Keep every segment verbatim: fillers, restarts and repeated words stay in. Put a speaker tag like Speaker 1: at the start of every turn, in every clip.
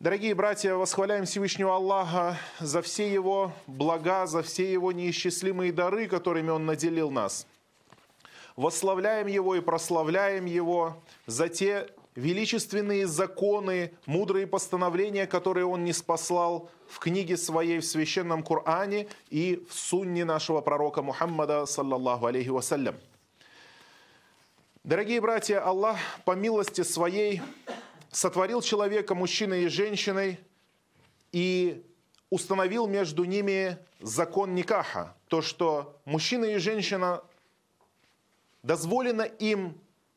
Speaker 1: Дорогие братья, восхваляем Всевышнего Аллаха за все Его блага, за все Его неисчислимые дары, которыми Он наделил нас. Восславляем Его и прославляем Его за те величественные законы, мудрые постановления, которые Он ниспослал в книге Своей, в Священном Коране и в сунне нашего пророка Мухаммада, саллаллаху алейхи вассалям. Дорогие братья, Аллах по милости Своей сотворил человека мужчиной и женщиной и установил между ними закон никаха. То, что мужчина и женщина, дозволено им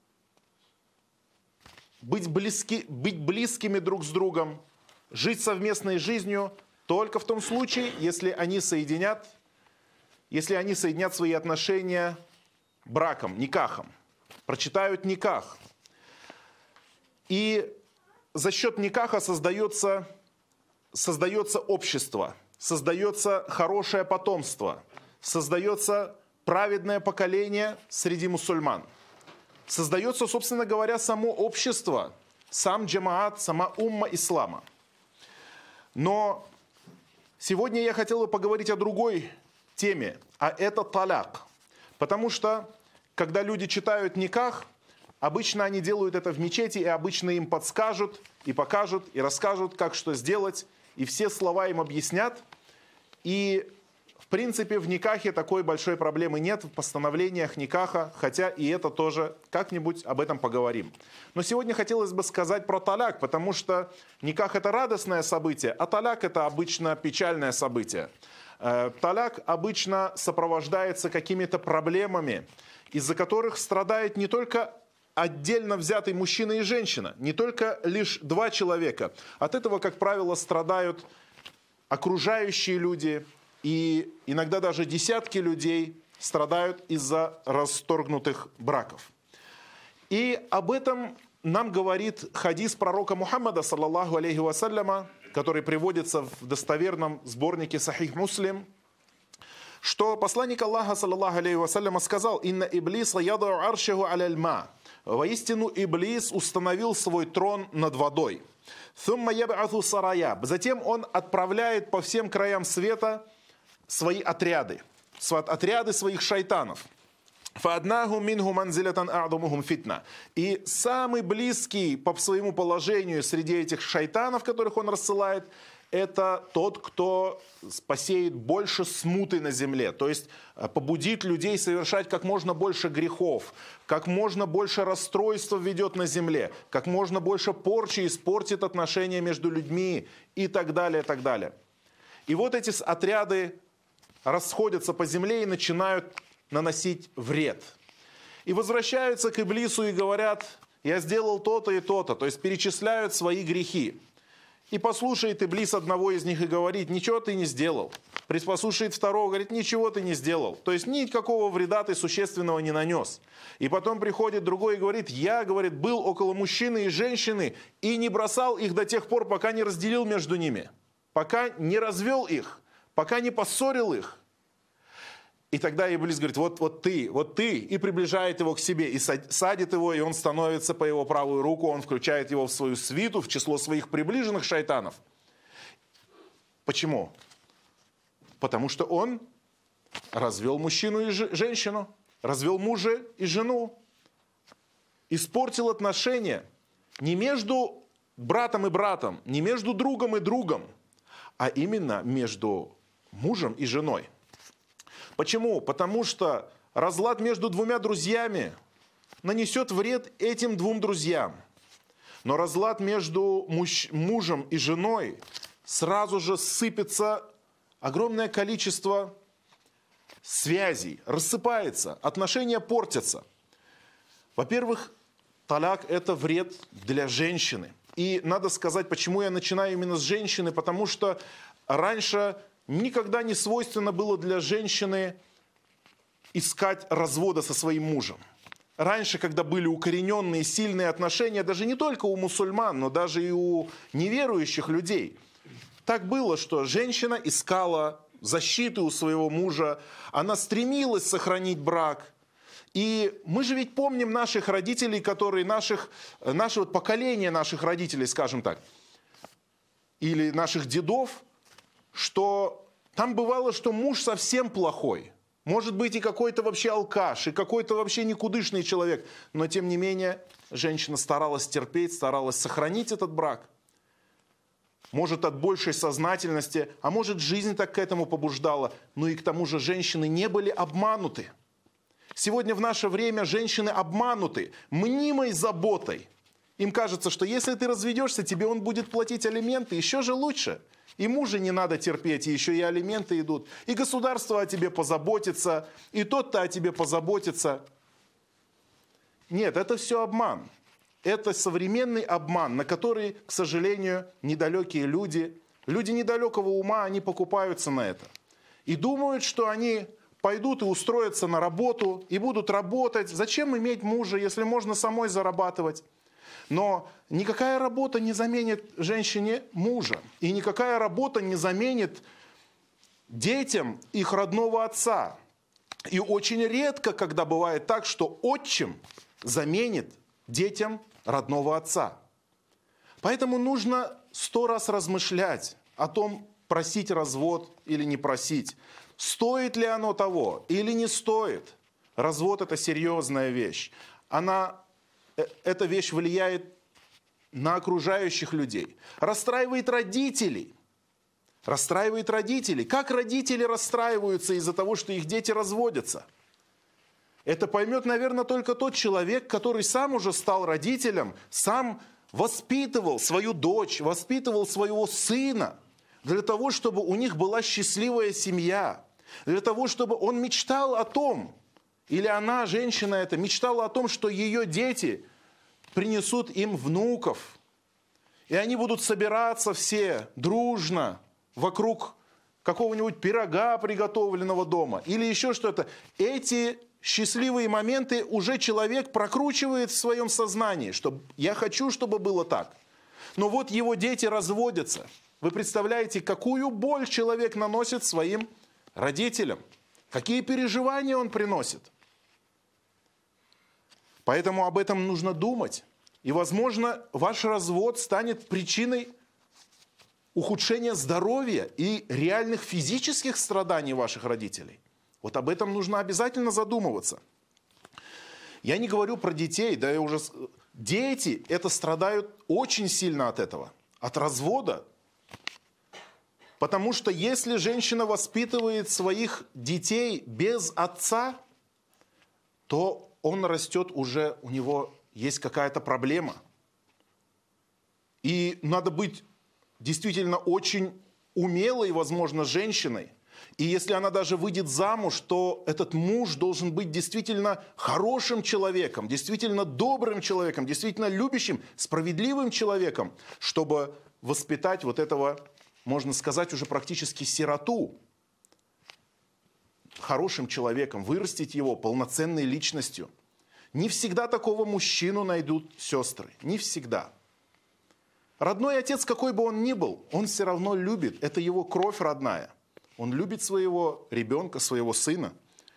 Speaker 1: быть, близки, быть близкими друг с другом, жить совместной жизнью только в том случае, если они соединят, если они соединят свои отношения браком, никахом, прочитают никах. И за счет никаха создается, создается общество, создается хорошее потомство, создается праведное поколение среди мусульман. Создается, собственно говоря, само общество, сам джамаат, сама умма ислама. Но сегодня я хотел бы поговорить о другой теме, а это таляк. Потому что, когда люди читают никах, обычно они делают это в мечети, и обычно им подскажут, и покажут, и расскажут, как что сделать, и все слова им объяснят. И, в принципе, в никахе такой большой проблемы нет, в постановлениях никаха, хотя и это тоже как-нибудь об этом поговорим. Но сегодня хотелось бы сказать про таляк, потому что никах – это радостное событие, а таляк – это обычно печальное событие. Таляк обычно сопровождается какими-то проблемами, из-за которых страдает не только отдельно взятый мужчина и женщина, не только лишь два человека. От этого, как правило, страдают окружающие люди, и иногда даже десятки людей страдают из-за расторгнутых браков. И об этом нам говорит хадис пророка Мухаммада, саллаллаху алейхи вассаляма, который приводится в достоверном сборнике Сахих Муслим, что посланник Аллаха, саллаллаху алейхи вассаляма, сказал: «Инна иблиса ядау аршиху аляль ма». Воистину, Иблис установил свой трон над водой. «Thumma яб'атhu сарая». Затем он отправляет по всем краям света свои отряды, отряды своих шайтанов. «Фааднаху минху манзилятан а'думухум фитна». И самый близкий по своему положению среди этих шайтанов, которых он рассылает, это тот, кто посеет больше смуты на земле, то есть побудит людей совершать как можно больше грехов, как можно больше расстройства введет на земле, как можно больше порчи испортит отношения между людьми и так далее, и так далее. И вот эти отряды расходятся по земле и начинают наносить вред. И возвращаются к Иблису и говорят: «Я сделал то-то и то-то», то есть перечисляют свои грехи. И послушает Иблис одного из них и говорит: «Ничего ты не сделал». Послушает второго, говорит: «Ничего ты не сделал». То есть никакого вреда ты существенного не нанес. И потом приходит другой и говорит: «Я, говорит, был около мужчины и женщины и не бросал их до тех пор, пока не разделил между ними, пока не развел их, пока не поссорил их». И тогда Иблис говорит: вот, вот ты, вот ты, и приближает его к себе, и садит его, и он становится по его правую руку, он включает его в свою свиту, в число своих приближенных шайтанов. Почему? Потому что он развел мужчину и женщину, развел мужа и жену, испортил отношения не между братом и братом, не между другом и другом, а именно между мужем и женой. Почему? Потому что разлад между двумя друзьями нанесет вред этим двум друзьям. Но разлад между муж, мужем и женой сразу же сыпется огромное количество связей, рассыпается, отношения портятся. Во-первых, таляк – это вред для женщины. И надо сказать, почему я начинаю именно с женщины, потому что раньше никогда не свойственно было для женщины искать развода со своим мужем. Раньше, когда были укорененные сильные отношения, даже не только у мусульман, но даже и у неверующих людей, так было, что женщина искала защиты у своего мужа, она стремилась сохранить брак. И мы же ведь помним наших родителей, которые, наших, наше вот поколение наших родителей, скажем так. или наших дедов, что там бывало, что муж совсем плохой. Может быть и какой-то вообще алкаш, и какой-то вообще никудышный человек. Но тем не менее женщина старалась терпеть, старалась сохранить этот брак. Может от большей сознательности, а может жизнь так к этому побуждала. Но и к тому же женщины не были обмануты. Сегодня в наше время женщины обмануты мнимой заботой. Им кажется, что если ты разведешься, тебе он будет платить алименты, еще же лучше. И мужа не надо терпеть, и еще и алименты идут. И государство о тебе позаботится, и тот-то о тебе позаботится. Нет, это все обман. Это современный обман, на который, к сожалению, недалекие люди, люди недалекого ума, они покупаются на это. И думают, что они пойдут и устроятся на работу, и будут работать. Зачем иметь мужа, если можно самой зарабатывать? Но никакая работа не заменит женщине мужа. И никакая работа не заменит детям их родного отца. И очень редко, когда бывает так, что отчим заменит детям родного отца. Поэтому нужно сто раз размышлять о том, просить развод или не просить. Стоит ли оно того или не стоит. Развод – это серьезная вещь. Она... Эта вещь влияет на окружающих людей. Расстраивает родителей. Расстраивает родителей. Как родители расстраиваются из-за того, что их дети разводятся? Это поймет, наверное, только тот человек, который сам уже стал родителем, сам воспитывал свою дочь, воспитывал своего сына для того, чтобы у них была счастливая семья, для того, чтобы он мечтал о том, или она, женщина эта, мечтала о том, что ее дети принесут им внуков. И они будут собираться все дружно вокруг какого-нибудь пирога, приготовленного дома. Или еще что-то. Эти счастливые моменты уже человек прокручивает в своем сознании, что я хочу, чтобы было так. Но вот его дети разводятся. Вы представляете, какую боль человек наносит своим родителям? Какие переживания он приносит? Поэтому об этом нужно думать. И, возможно, ваш развод станет причиной ухудшения здоровья и реальных физических страданий ваших родителей. Вот об этом нужно обязательно задумываться. Я не говорю про детей, да и уже... Дети это страдают очень сильно от этого, от развода. Потому что если женщина воспитывает своих детей без отца, то он растет уже, у него есть какая-то проблема. И надо быть действительно очень умелой, возможно, женщиной. И если она даже выйдет замуж, то этот муж должен быть действительно хорошим человеком, действительно добрым человеком, действительно любящим, справедливым человеком, чтобы воспитать вот этого, можно сказать, уже практически сироту. Хорошим человеком, вырастить его полноценной личностью. Не всегда такого мужчину найдут сестры. Не всегда. Родной отец, какой бы он ни был, он все равно любит. Это его кровь родная. Он любит своего ребенка, своего сына.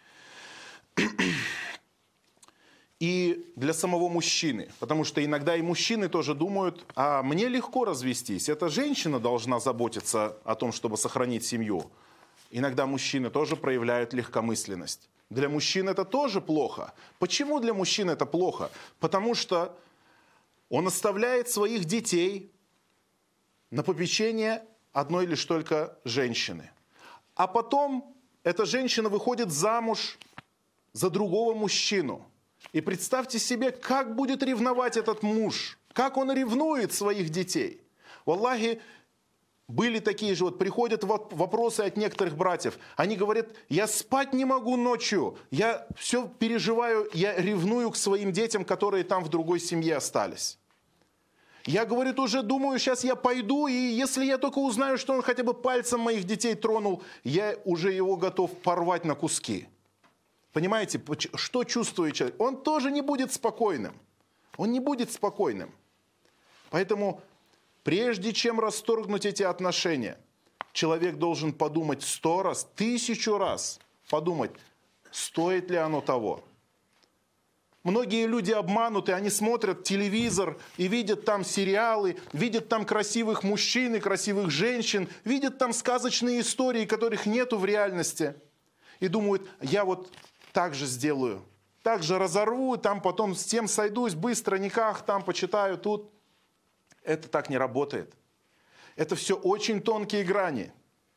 Speaker 1: И для самого мужчины. Потому что иногда и мужчины тоже думают, а мне легко развестись. Эта женщина должна заботиться о том, чтобы сохранить семью. Иногда мужчины тоже проявляют легкомысленность. Для мужчин это тоже плохо. Почему для мужчин это плохо? Потому что он оставляет своих детей на попечение одной лишь только женщины. А потом эта женщина выходит замуж за другого мужчину. И представьте себе, как будет ревновать этот муж. Как он ревнует своих детей. Валлахи, были такие же, вот приходят вопросы от некоторых братьев. Они говорят, я спать не могу ночью, я все переживаю, я ревную к своим детям, которые там в другой семье остались. Я, говорит, уже думаю, сейчас я пойду, и если я только узнаю, что он хотя бы пальцем моих детей тронул, я уже его готов порвать на куски. Понимаете, что чувствует человек? Он тоже не будет спокойным. Он не будет спокойным. Поэтому... Прежде чем расторгнуть эти отношения, человек должен подумать сто раз, тысячу раз, подумать, стоит ли оно того. Многие люди обмануты, они смотрят телевизор и видят там сериалы, видят там красивых мужчин и красивых женщин, видят там сказочные истории, которых нету в реальности. И думают, я вот так же сделаю, так же разорву, там потом с тем сойдусь, быстро никах, там почитаю, тут. Это так не работает. Это все очень тонкие грани.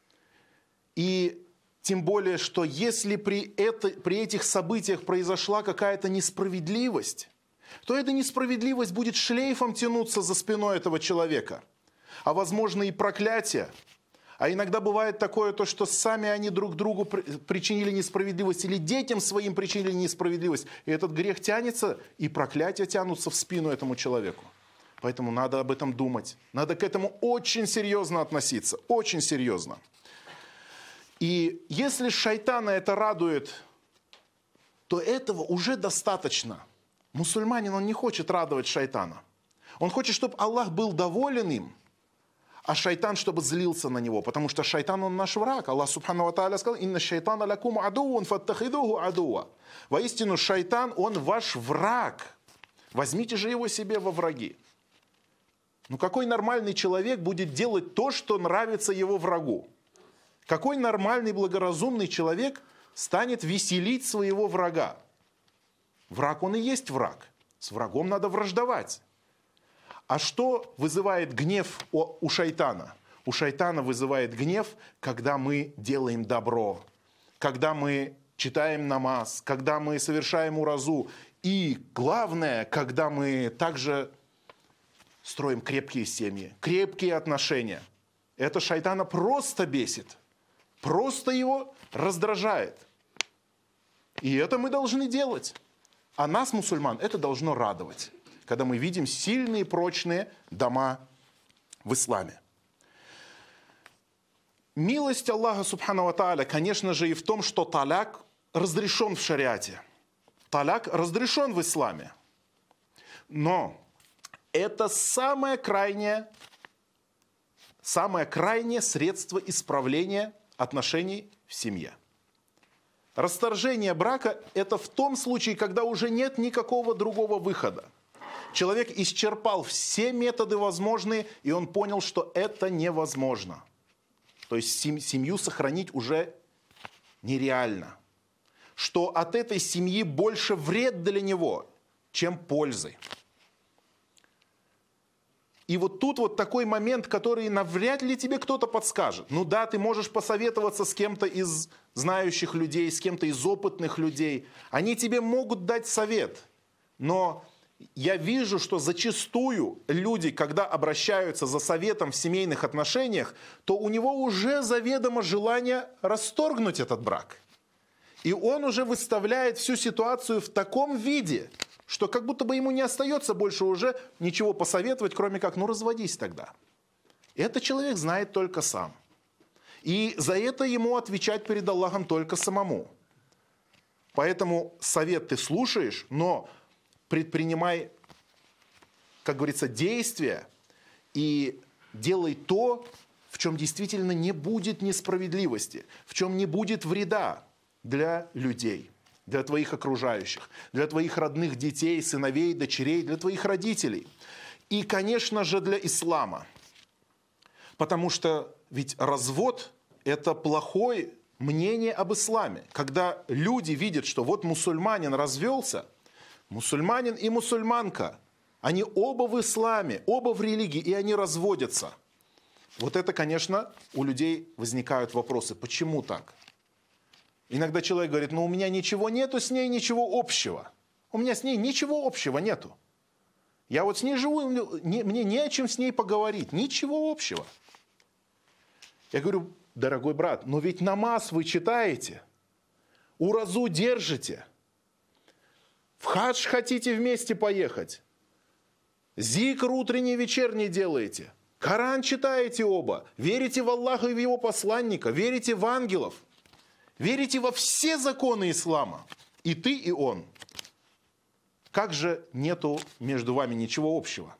Speaker 1: И тем более, что если при, это, при этих событиях произошла какая-то несправедливость, то эта несправедливость будет шлейфом тянуться за спиной этого человека. А возможно и проклятие. А иногда бывает такое, то, что сами они друг другу причинили несправедливость или детям своим причинили несправедливость. И этот грех тянется, и проклятия тянутся в спину этому человеку. Поэтому надо об этом думать. Надо к этому очень серьезно относиться. Очень серьезно. И если шайтана это радует, то этого уже достаточно. Мусульманин, он не хочет радовать шайтана. Он хочет, чтобы Аллах был доволен им, а шайтан, чтобы злился на него. Потому что шайтан, он наш враг. Аллах субхану ва тааля сказал, «Инна шайтана лакум адуун, фаттахидуху адуа». Воистину, шайтан, он ваш враг. Возьмите же его себе во враги. Ну какой нормальный человек будет делать то, что нравится его врагу? Какой нормальный, благоразумный человек станет веселить своего врага? Враг, он и есть враг. С врагом надо враждовать. А что вызывает гнев у шайтана? У шайтана вызывает гнев, когда мы делаем добро, когда мы читаем намаз, когда мы совершаем уразу. И главное, когда мы также строим крепкие семьи, крепкие отношения. Это шайтана просто бесит. Просто его раздражает. И это мы должны делать. А нас, мусульман, это должно радовать, когда мы видим сильные, прочные дома в исламе. Милость Аллаха, субхану ва тааля, конечно же, и в том, что таляк разрешен в шариате. Таляк разрешен в исламе. Но это самое крайнее, самое крайнее средство исправления отношений в семье. Расторжение брака – это в том случае, когда уже нет никакого другого выхода. Человек исчерпал все методы возможные, и он понял, что это невозможно. То есть семью сохранить уже нереально. Что от этой семьи больше вред для него, чем пользы. И вот тут вот такой момент, который навряд ли тебе кто-то подскажет. Ну да, ты можешь посоветоваться с кем-то из знающих людей, с кем-то из опытных людей. Они тебе могут дать совет. Но я вижу, что зачастую люди, когда обращаются за советом в семейных отношениях, то у него уже заведомо желание расторгнуть этот брак. И он уже выставляет всю ситуацию в таком виде, что как будто бы ему не остается больше уже ничего посоветовать, кроме как, ну разводись тогда. Это человек знает только сам. И за это ему отвечать перед Аллахом только самому. Поэтому совет ты слушаешь, но предпринимай, как говорится, действия и делай то, в чем действительно не будет несправедливости, в чем не будет вреда для людей, для твоих окружающих, для твоих родных детей, сыновей, дочерей, для твоих родителей. И, конечно же, для ислама. Потому что ведь развод – это плохое мнение об исламе. Когда люди видят, что вот мусульманин развелся, мусульманин и мусульманка, они оба в исламе, оба в религии, и они разводятся. Вот это, конечно, у людей возникают вопросы, почему так? Иногда человек говорит, ну у меня ничего нету с ней, ничего общего. У меня с ней ничего общего нету. Я вот с ней живу, мне не о чем с ней поговорить, ничего общего. Я говорю, дорогой брат, но ведь намаз вы читаете, уразу держите, в хадж хотите вместе поехать, зикр утренний, вечерний делаете, Коран читаете оба, верите в Аллаха и в его посланника, верите в ангелов. Верите во все законы ислама, и ты, и он. Как же нету между вами ничего общего?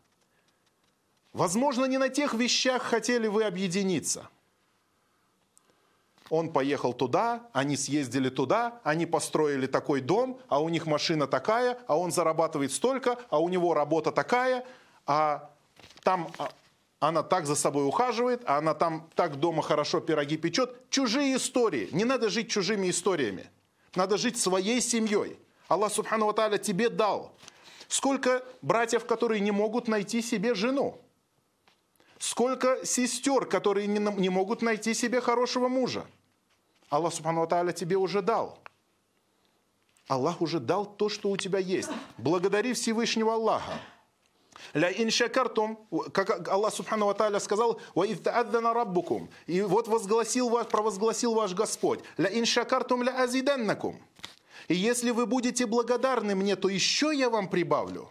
Speaker 1: Возможно, не на тех вещах хотели вы объединиться. он поехал туда, они съездили туда, они построили такой дом, а у них машина такая, а он зарабатывает столько, а у него работа такая, а там она так за собой ухаживает, а она там так дома хорошо пироги печет. Чужие истории. Не надо жить чужими историями. Надо жить своей семьей. Аллах Субхану ва Тааля тебе дал. Сколько братьев, которые не могут найти себе жену? Сколько сестер, которые не, не могут найти себе хорошего мужа? Аллах Субхану ва Тааля тебе уже дал. Аллах уже дал то, что у тебя есть. Благодари Всевышнего Аллаха. Ля ин шакартум, как Аллах Субхану ва Тааля сказал, ва ид та'аддана раббукум. И вот возгласил ваш, провозгласил ваш Господь. Ля ин шакартум ля азиданнакум. И если вы будете благодарны мне, то еще я вам прибавлю.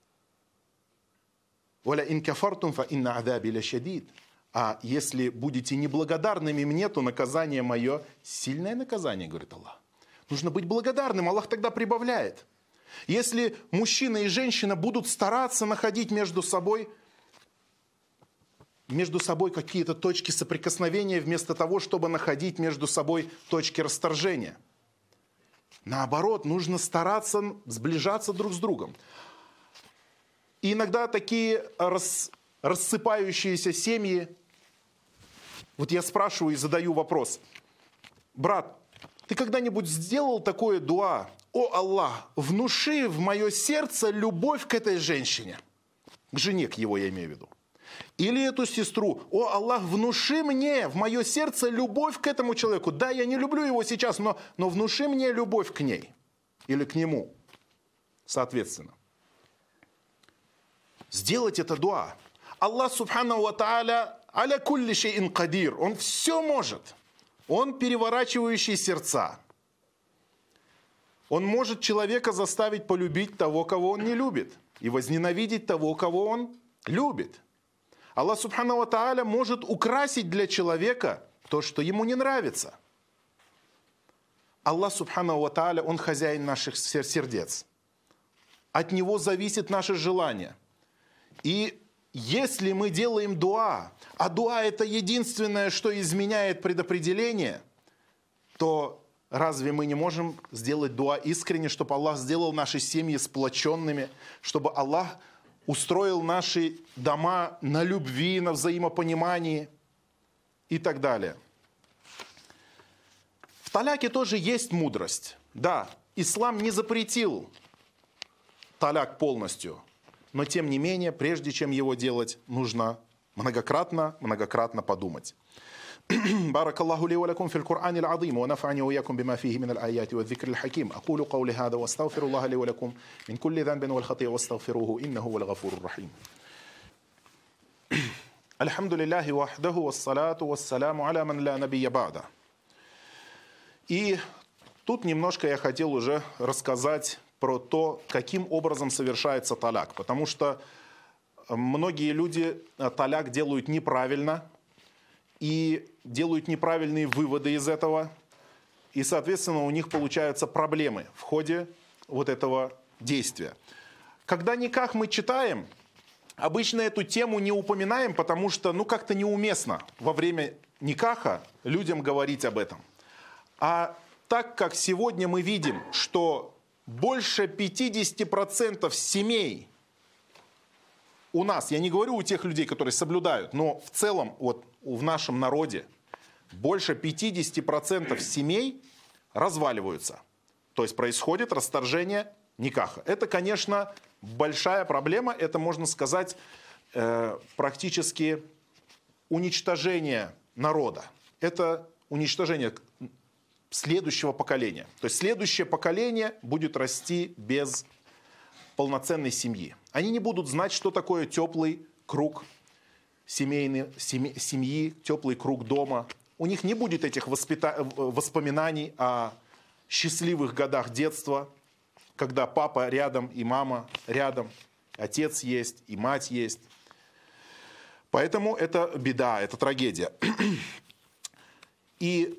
Speaker 1: Валя ин кафартум фа инна адаби ля шадид. А если будете неблагодарными мне, то наказание мое сильное наказание, говорит Аллах. Нужно быть благодарным, Аллах тогда прибавляет. Если мужчина и женщина будут стараться находить между собой, между собой какие-то точки соприкосновения, вместо того, чтобы находить между собой точки расторжения. Наоборот, нужно стараться сближаться друг с другом. И иногда такие рас, рассыпающиеся семьи, вот я спрашиваю и задаю вопрос: брат, ты когда-нибудь сделал такое дуа? О Аллах, внуши в мое сердце любовь к этой женщине. К жене, к его я имею в виду. Или эту сестру. О Аллах, внуши мне в мое сердце любовь к этому человеку. Да, я не люблю его сейчас, но, но внуши мне любовь к ней. Или к нему. Соответственно. Сделать это дуа. Аллах Субхану ва Тааля аля кулли шейин кадир. Он все может. Он переворачивающий сердца. Он может человека заставить полюбить того, кого он не любит, и возненавидеть того, кого он любит. Аллах Субхану ва Тааля может украсить для человека то, что ему не нравится. Аллах Субхану ва Тааля, Он хозяин наших сердец. От Него зависит наше желание. И если мы делаем дуа, а дуа это единственное, что изменяет предопределение, то разве мы не можем сделать дуа искренне, чтобы Аллах сделал наши семьи сплоченными, чтобы Аллах устроил наши дома на любви, на взаимопонимании и так далее. В таляке тоже есть мудрость. Да, ислам не запретил таляк полностью, но тем не менее, прежде чем его делать, нужно многократно, многократно подумать. بارك الله لي ولكم في القرآن العظيم ونفعني وإياكم بما فيه من الآيات والذكر الحكيم أقول قولي هذا واستغفر الله لي ولكم من كل ذنب والخطيئة واستغفروه إنه هو الغفور الرحيم. الحمد لله وحده والصلاة والسلام على من لا نبي بعده. И тут немножко я хотел уже рассказать про то, каким образом совершается таляк, потому что многие люди таляк делают неправильно. И делают неправильные выводы из этого. И, соответственно, у них получаются проблемы в ходе вот этого действия. Когда никах мы читаем, обычно эту тему не упоминаем, потому что ну как-то неуместно во время никаха людям говорить об этом. А так как сегодня мы видим, что больше пятьдесят процентов семей у нас, я не говорю у тех людей, которые соблюдают, но в целом вот в нашем народе больше пятьдесят процентов семей разваливаются. То есть происходит расторжение никаха. Это, конечно, большая проблема. Это, можно сказать, э, практически уничтожение народа. Это уничтожение следующего поколения. То есть следующее поколение будет расти без полноценной семьи. Они не будут знать, что такое теплый круг семейный, семьи, семьи, теплый круг дома. У них не будет этих воспита... воспоминаний о счастливых годах детства, когда папа рядом и мама рядом, отец есть и мать есть. Поэтому это беда, это трагедия. И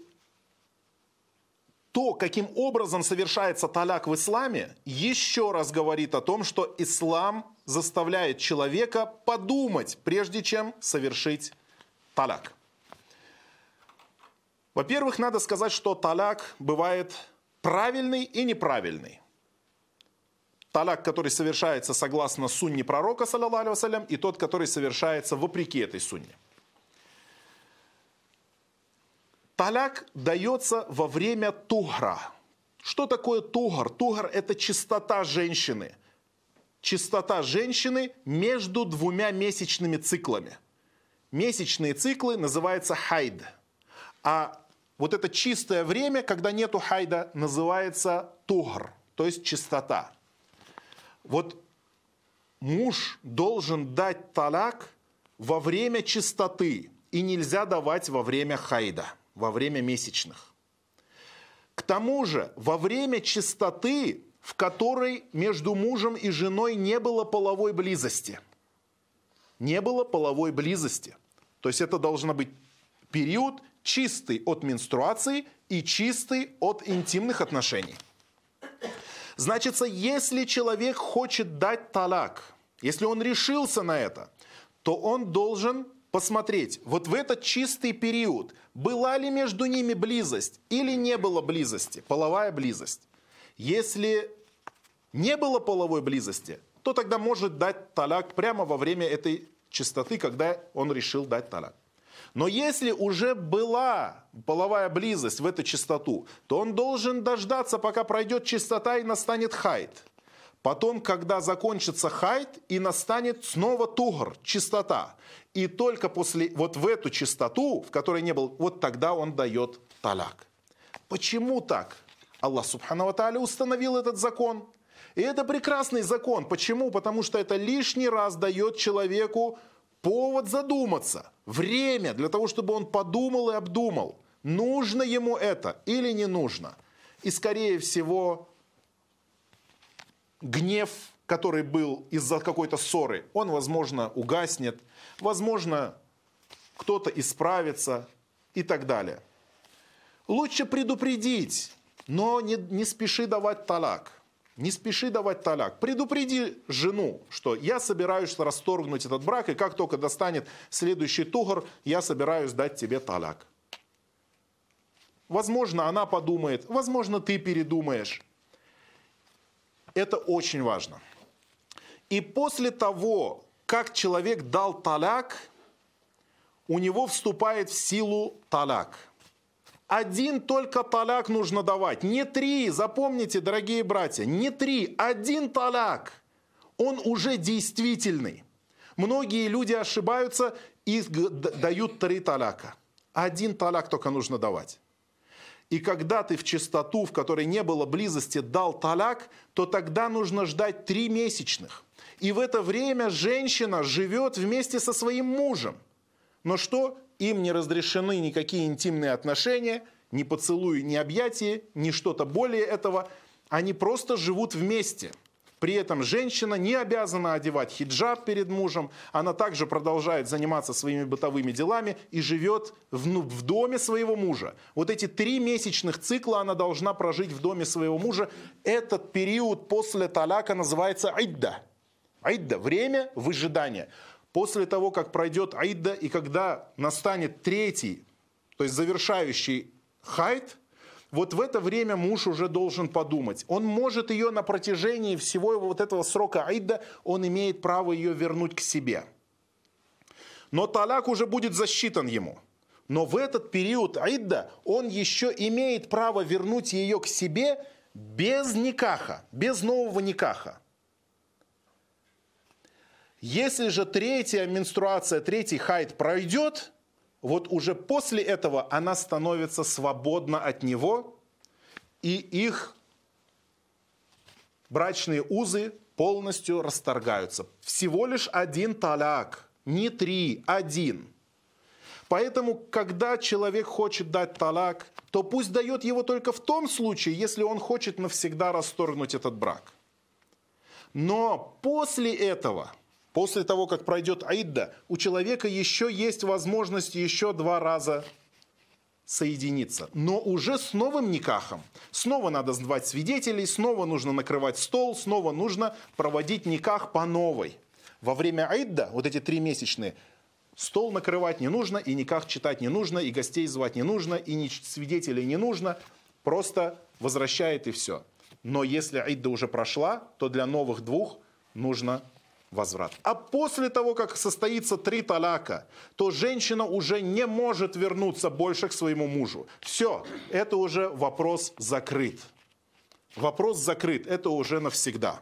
Speaker 1: то, каким образом совершается таляк в исламе, еще раз говорит о том, что ислам заставляет человека подумать, прежде чем совершить таляк. Во-первых, надо сказать, что таляк бывает правильный и неправильный. Таляк, который совершается согласно сунне пророка, саллаллаху алейхи вассалям, и тот, который совершается вопреки этой сунне. Таляк дается во время тугра. Что такое тугр? Тугр – это чистота женщины. Чистота женщины между двумя месячными циклами. Месячные циклы называются хайд. А вот это чистое время, когда нету хайда, называется тугр, то есть чистота. Вот муж должен дать таляк во время чистоты, и нельзя давать во время хайда, во время месячных. К тому же, во время чистоты, в которой между мужем и женой не было половой близости. Не было половой близости. То есть это должен быть период чистый от менструации и чистый от интимных отношений. Значит, если человек хочет дать таляк, если он решился на это, то он должен посмотреть, вот в этот чистый период, была ли между ними близость или не было близости, половая близость. Если не было половой близости, то тогда может дать таляк прямо во время этой чистоты, когда он решил дать таляк. Но если уже была половая близость в эту чистоту, то он должен дождаться, пока пройдет чистота и настанет хайд. Потом, когда закончится хайд и настанет снова тугр, чистота. И только после, вот в эту чистоту, в которой не был, вот тогда он дает таляк. Почему так? Аллах субхану ва тааля установил этот закон. И это прекрасный закон. Почему? Потому что это лишний раз дает человеку повод задуматься. Время для того, чтобы он подумал и обдумал, нужно ему это или не нужно. И скорее всего, гнев, который был из-за какой-то ссоры, он, возможно, угаснет. Возможно, кто-то исправится и так далее. Лучше предупредить, но не, не спеши давать таляк. Не спеши давать таляк. Предупреди жену, что я собираюсь расторгнуть этот брак, и как только достанет следующий тугр, я собираюсь дать тебе таляк. Возможно, она подумает, возможно, ты передумаешь. Это очень важно. И после того, как человек дал таляк, у него вступает в силу таляк. Один только таляк нужно давать, не три, запомните, дорогие братья, не три, один таляк, он уже действительный. Многие люди ошибаются и дают три таляка. Один таляк только нужно давать. И когда ты в чистоту, в которой не было близости, дал таляк, то тогда нужно ждать три месячных. И в это время женщина живет вместе со своим мужем. Но что? Им не разрешены никакие интимные отношения, ни поцелуи, ни объятия, ни что-то более этого. Они просто живут вместе. При этом женщина не обязана одевать хиджаб перед мужем. Она также продолжает заниматься своими бытовыми делами и живет в, ну, в доме своего мужа. Вот эти три месячных цикла она должна прожить в доме своего мужа. Этот период после таляка называется идда. Идда – время выжидания. После того, как пройдет идда, и когда настанет третий, то есть завершающий хайд, вот в это время муж уже должен подумать. Он может ее на протяжении всего вот этого срока идда, он имеет право ее вернуть к себе. Но таляк уже будет засчитан ему. Но в этот период идда он еще имеет право вернуть ее к себе без никаха, без нового никаха. Если же третья менструация, третий хайд пройдет, вот уже после этого она становится свободна от него, и их брачные узы полностью расторгаются. Всего лишь один таляк, не три, один. Поэтому, когда человек хочет дать таляк, то пусть дает его только в том случае, если он хочет навсегда расторгнуть этот брак. Но после этого... После того, как пройдет идда, у человека еще есть возможность еще два раза соединиться. Но уже с новым никахом. Снова надо звать свидетелей, снова нужно накрывать стол, снова нужно проводить никах по новой. Во время идда, вот эти три месячные, Стол накрывать не нужно, и никах читать не нужно, и гостей звать не нужно, и ни свидетелей не нужно. Просто возвращает и все. Но если идда уже прошла, то для новых двух нужно возврат. А после того, как состоится три таляка, то женщина уже не может вернуться больше к своему мужу. Все, это уже вопрос закрыт. Вопрос закрыт, это уже навсегда.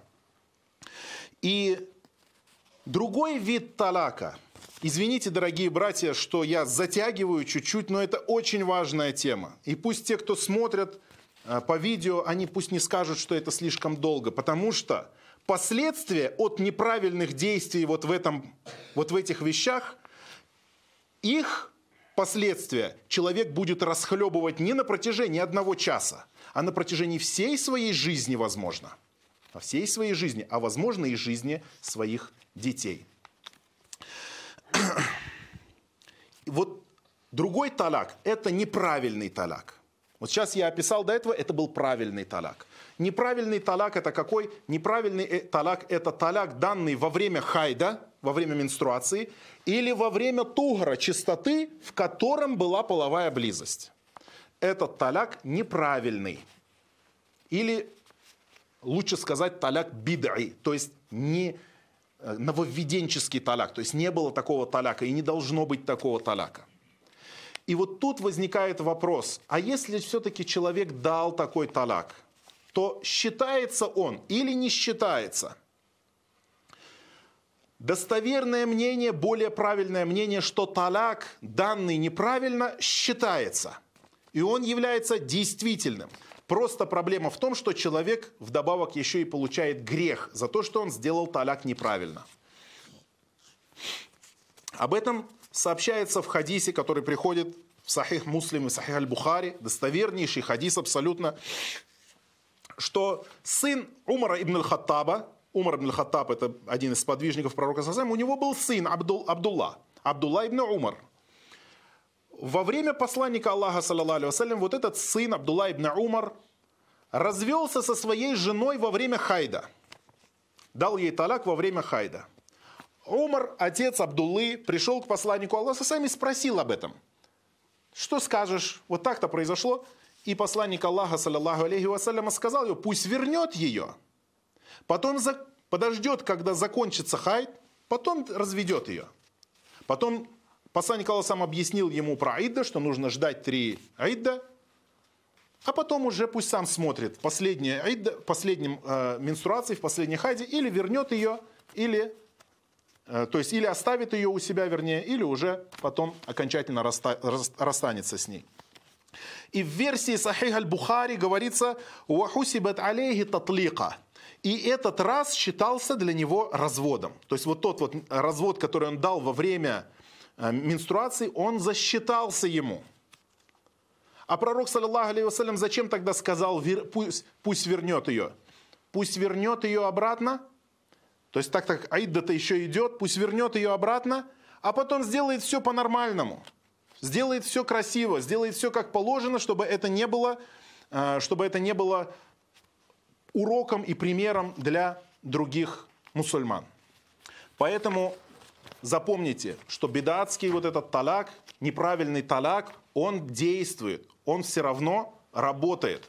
Speaker 1: И другой вид таляка, извините, дорогие братья, что я затягиваю чуть-чуть, но это очень важная тема. И пусть те, кто смотрят по видео, они пусть не скажут, что это слишком долго, потому что последствия от неправильных действий вот в, этом, вот в этих вещах, их последствия человек будет расхлебывать не на протяжении одного часа, а на протяжении всей своей жизни, возможно. Всей своей жизни, а возможно и жизни своих детей. Вот другой таляк – это неправильный таляк. Вот сейчас я описал до этого, это был правильный таляк. Неправильный таляк это какой? Неправильный таляк это таляк, данный во время хайда, во время менструации, или во время тугра, чистоты, в котором была половая близость. Этот таляк неправильный. Или, лучше сказать, таляк бид'и, то есть не нововведенческий таляк, то есть не было такого таляка и не должно быть такого таляка. И вот тут возникает вопрос, а если все-таки человек дал такой таляк, то считается он или не считается? Достоверное мнение, более правильное мнение, что таляк, данный неправильно, считается. И он является действительным. Просто проблема в том, что человек вдобавок еще и получает грех за то, что он сделал таляк неправильно. Об этом сообщается в хадисе, который приходит в Сахих Муслим и Сахих Аль-Бухари, достовернейший хадис абсолютно, что сын Умара ибн Аль-Хаттаба, Умар ибн Аль-Хаттаб это один из сподвижников пророка ﷺ, у него был сын Абдул, Абдулла, Абдулла ибн Умар. Во время посланника Аллаха, саллаллаху алейхи вассалям, вот этот сын Абдулла ибн Умар развелся со своей женой во время хайда. Дал ей таляк во время хайда. Умар, отец Абдуллы, пришел к посланнику Аллаха и спросил об этом. Что скажешь? Вот так-то произошло. И посланник Аллаха, саллаллаху алейхи вассалям, сказал ему, пусть вернет ее. Потом за... подождет, когда закончится хайд, потом разведет ее. Потом посланник Аллаха сам объяснил ему про идда, что нужно ждать три идда. А потом уже пусть сам смотрит последняя идда, последнем э, менструации, в последней хайде, или вернет ее, или... То есть или оставит ее у себя, вернее, или уже потом окончательно расста, расстанется с ней. И в версии Сахих Аль-Бухари говорится «Вахусибат алейхи татлика». И этот раз считался для него разводом. То есть вот тот вот развод, который он дал во время менструации, он засчитался ему. А пророк, саллаллаху алейхи вассалям, зачем тогда сказал «пусть, пусть вернет ее»? Пусть вернет ее обратно. То есть так как аидда-то еще идет, пусть вернет ее обратно, а потом сделает все по-нормальному. Сделает все красиво, сделает все как положено, чтобы это не было, чтобы это не было уроком и примером для других мусульман. Поэтому запомните, что бидатский вот этот таляк, неправильный таляк, он действует, он все равно работает.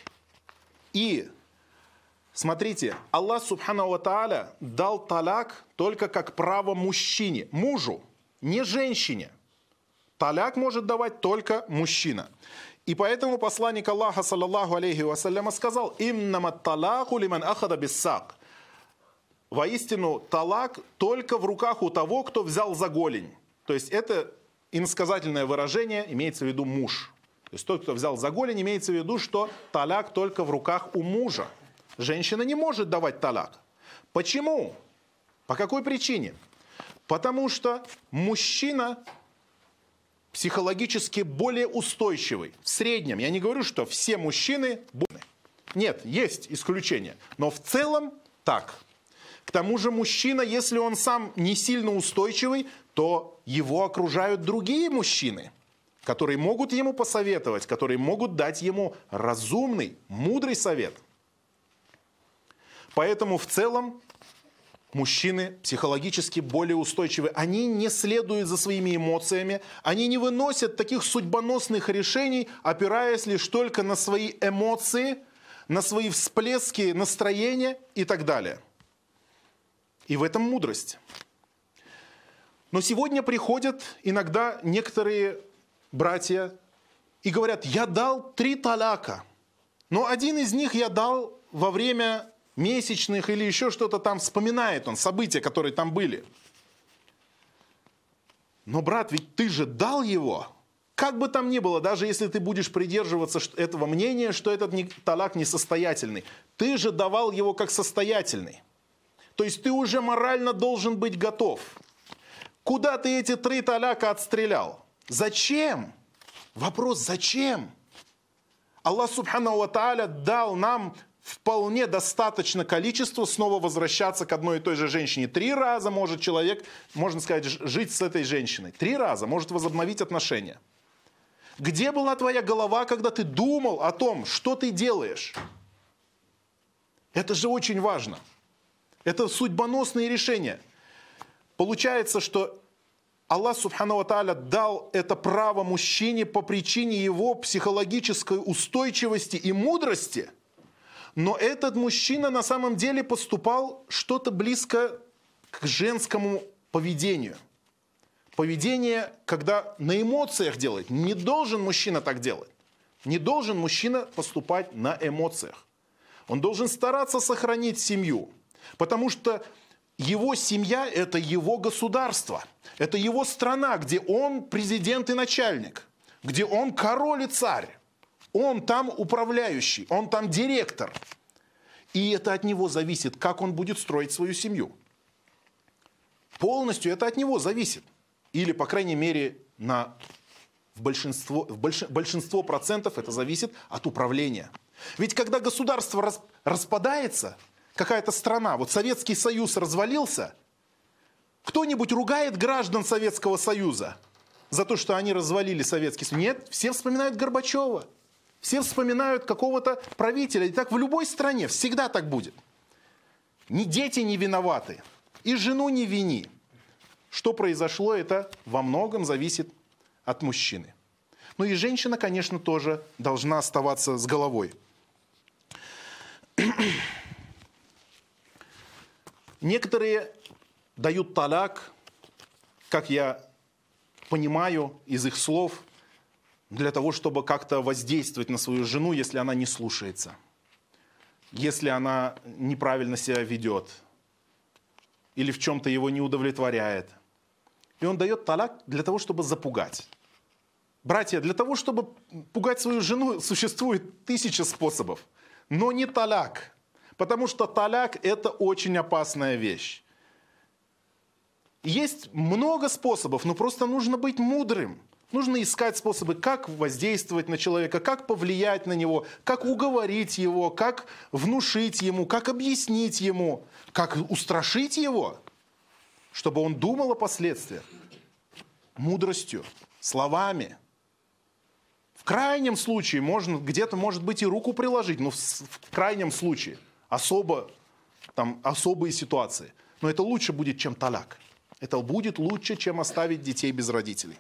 Speaker 1: И смотрите, Аллах Субхану ва Тааля дал таляк только как право мужчине, мужу, не женщине. Таляк может давать только мужчина. И поэтому посланник Аллаха, саллаллаху алейхи вассаляма, сказал: «Иннама талаку лиман ахада биссак». Воистину, талак только в руках у того, кто взял за голень. То есть это иносказательное выражение, имеется в виду муж. То есть тот, кто взял за голень, имеется в виду, что таляк только в руках у мужа. Женщина не может давать таляк. Почему? По какой причине? Потому что мужчина психологически более устойчивый. В среднем. Я не говорю, что все мужчины... Нет, есть исключения. Но в целом так. К тому же мужчина, если он сам не сильно устойчивый, то его окружают другие мужчины, которые могут ему посоветовать, которые могут дать ему разумный, мудрый совет. Поэтому в целом Мужчины психологически более устойчивы. Они не следуют за своими эмоциями. Они не выносят таких судьбоносных решений, опираясь лишь только на свои эмоции, на свои всплески настроения и так далее. И в этом мудрость. Но сегодня приходят иногда некоторые братья и говорят: я дал три таляка, но один из них я дал во время месячных или еще что-то там, вспоминает он события, которые там были. Но, брат, ведь ты же дал его. Как бы там ни было, даже если ты будешь придерживаться этого мнения, что этот таляк несостоятельный, ты же давал его как состоятельный. То есть ты уже морально должен быть готов. Куда ты эти три таляка отстрелял? Зачем? Вопрос: зачем? Аллах Субхану ва Тааля дал нам вполне достаточно количества снова возвращаться к одной и той же женщине. Три раза может человек, можно сказать, жить с этой женщиной. Три раза может возобновить отношения. Где была твоя голова, когда ты думал о том, что ты делаешь? Это же очень важно. Это судьбоносные решения. Получается, что Аллах Субхану ва Тааля дал это право мужчине по причине его психологической устойчивости и мудрости. Но этот мужчина на самом деле поступал что-то близко к женскому поведению. Поведение, когда на эмоциях делает. Не должен мужчина так делать. Не должен мужчина поступать на эмоциях. Он должен стараться сохранить семью. Потому что его семья – это его государство. Это его страна, где он президент и начальник. Где он король и царь. Он там управляющий, он там директор. И это от него зависит, как он будет строить свою семью. Полностью это от него зависит. Или, по крайней мере, на, в, большинство, в больш, большинство процентов это зависит от управления. Ведь когда государство рас, распадается, какая-то страна, вот Советский Союз развалился, кто-нибудь ругает граждан Советского Союза за то, что они развалили Советский Союз? Нет, все вспоминают Горбачева. Все вспоминают какого-то правителя. И так в любой стране всегда так будет. Ни дети не виноваты. И жену не вини. Что произошло, это во многом зависит от мужчины. Ну и женщина, конечно, тоже должна оставаться с головой. Некоторые дают таляк, как я понимаю из их слов, для того, чтобы как-то воздействовать на свою жену, если она не слушается, если она неправильно себя ведет или в чем-то его не удовлетворяет. И он дает таляк для того, чтобы запугать. Братья, для того, чтобы пугать свою жену, существует тысяча способов, но не таляк, потому что таляк – это очень опасная вещь. Есть много способов, но просто нужно быть мудрым. Нужно искать способы, как воздействовать на человека, как повлиять на него, как уговорить его, как внушить ему, как объяснить ему, как устрашить его, чтобы он думал о последствиях. Мудростью, словами. В крайнем случае можно где-то, может быть, и руку приложить, но в, в крайнем случае особо, там, особые ситуации. Но это лучше будет, чем таляк. Это будет лучше, чем оставить детей без родителей.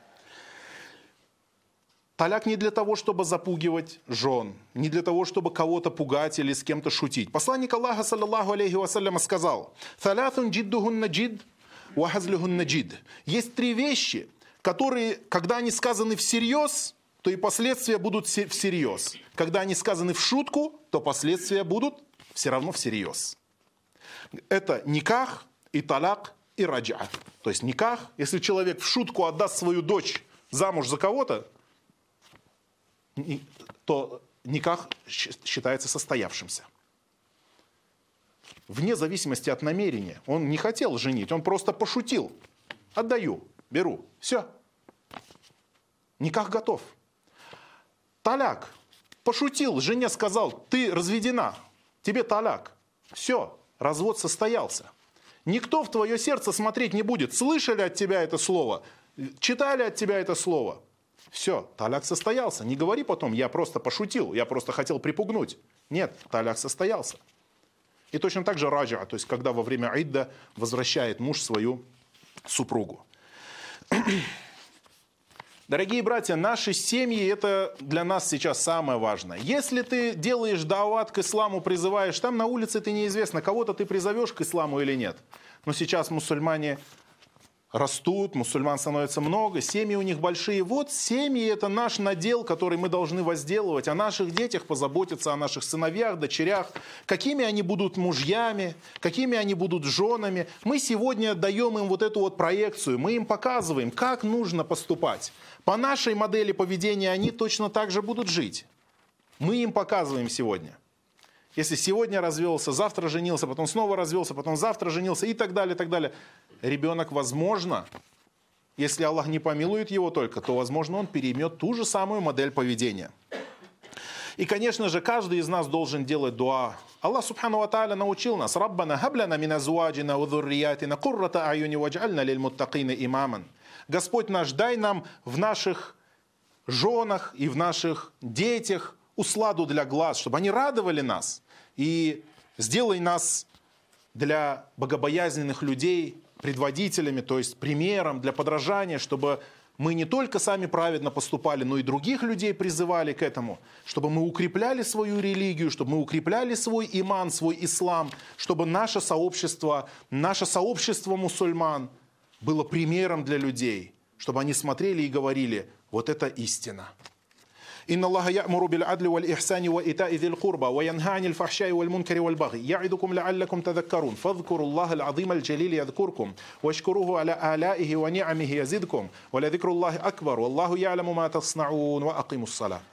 Speaker 1: Таляк не для того, чтобы запугивать жен, не для того, чтобы кого-то пугать или с кем-то шутить. Посланник Аллаха, саллаллаху алейхи вассаляма, сказал: «Талятун джиддухунна джид, ва хазлюхунна джид». Есть три вещи, которые, когда они сказаны всерьез, то и последствия будут всерьез. Когда они сказаны в шутку, то последствия будут все равно всерьез. Это никах и таляк и раджа. То есть никах, если человек в шутку отдаст свою дочь замуж за кого-то, то никах считается состоявшимся. Вне зависимости от намерения. Он не хотел женить, он просто пошутил. Отдаю, беру, все. Никах готов. Таляк. Пошутил, жене сказал: ты разведена, тебе таляк. Все, развод состоялся. Никто в твое сердце смотреть не будет. Слышали от тебя это слово? Читали от тебя это слово? Все, таляк состоялся. Не говори потом: я просто пошутил, я просто хотел припугнуть. Нет, таляк состоялся. И точно так же раджа, то есть когда во время идда возвращает муж свою супругу. Дорогие братья, наши семьи – это для нас сейчас самое важное. Если ты делаешь даават к исламу, призываешь, там на улице ты неизвестно, кого-то ты призовешь к исламу или нет. Но сейчас мусульмане растут, мусульман становится много, семьи у них большие. Вот семьи – это наш надел, который мы должны возделывать, о наших детях позаботиться, о наших сыновьях, дочерях, какими они будут мужьями, какими они будут женами. Мы сегодня даем им вот эту вот проекцию, мы им показываем, как нужно поступать. По нашей модели поведения они точно так же будут жить. Мы им показываем сегодня. Если сегодня развелся, завтра женился, потом снова развелся, потом завтра женился и так далее, и так далее. Ребенок, возможно, если Аллах не помилует его только, то, возможно, он переймет ту же самую модель поведения. И, конечно же, каждый из нас должен делать дуа. Аллах, субхану ва тааля, научил нас: «Раббана хабляна мин азваджина ва зурриятина куррата аюни вадж'альна лиль муттакина имаман». Господь наш, дай нам в наших женах и в наших детях усладу для глаз, чтобы они радовали нас. И сделай нас для богобоязненных людей предводителями, то есть примером для подражания, чтобы мы не только сами праведно поступали, но и других людей призывали к этому, чтобы мы укрепляли свою религию, чтобы мы укрепляли свой иман, свой ислам, чтобы наше сообщество, наше сообщество мусульман было примером для людей, чтобы они смотрели и говорили: вот это истина. إن الله يأمر بالعدل والإحسان وإيتاء ذي القربى وينهى عن الفحشاء والمنكر والبغي يعظكم لعلكم تذكرون فاذكروا الله العظيم الجليل يذكركم واشكروه على آلائه ونعمه يزدكم ولذكر الله أكبر والله يعلم ما تصنعون وأقيموا الصلاة.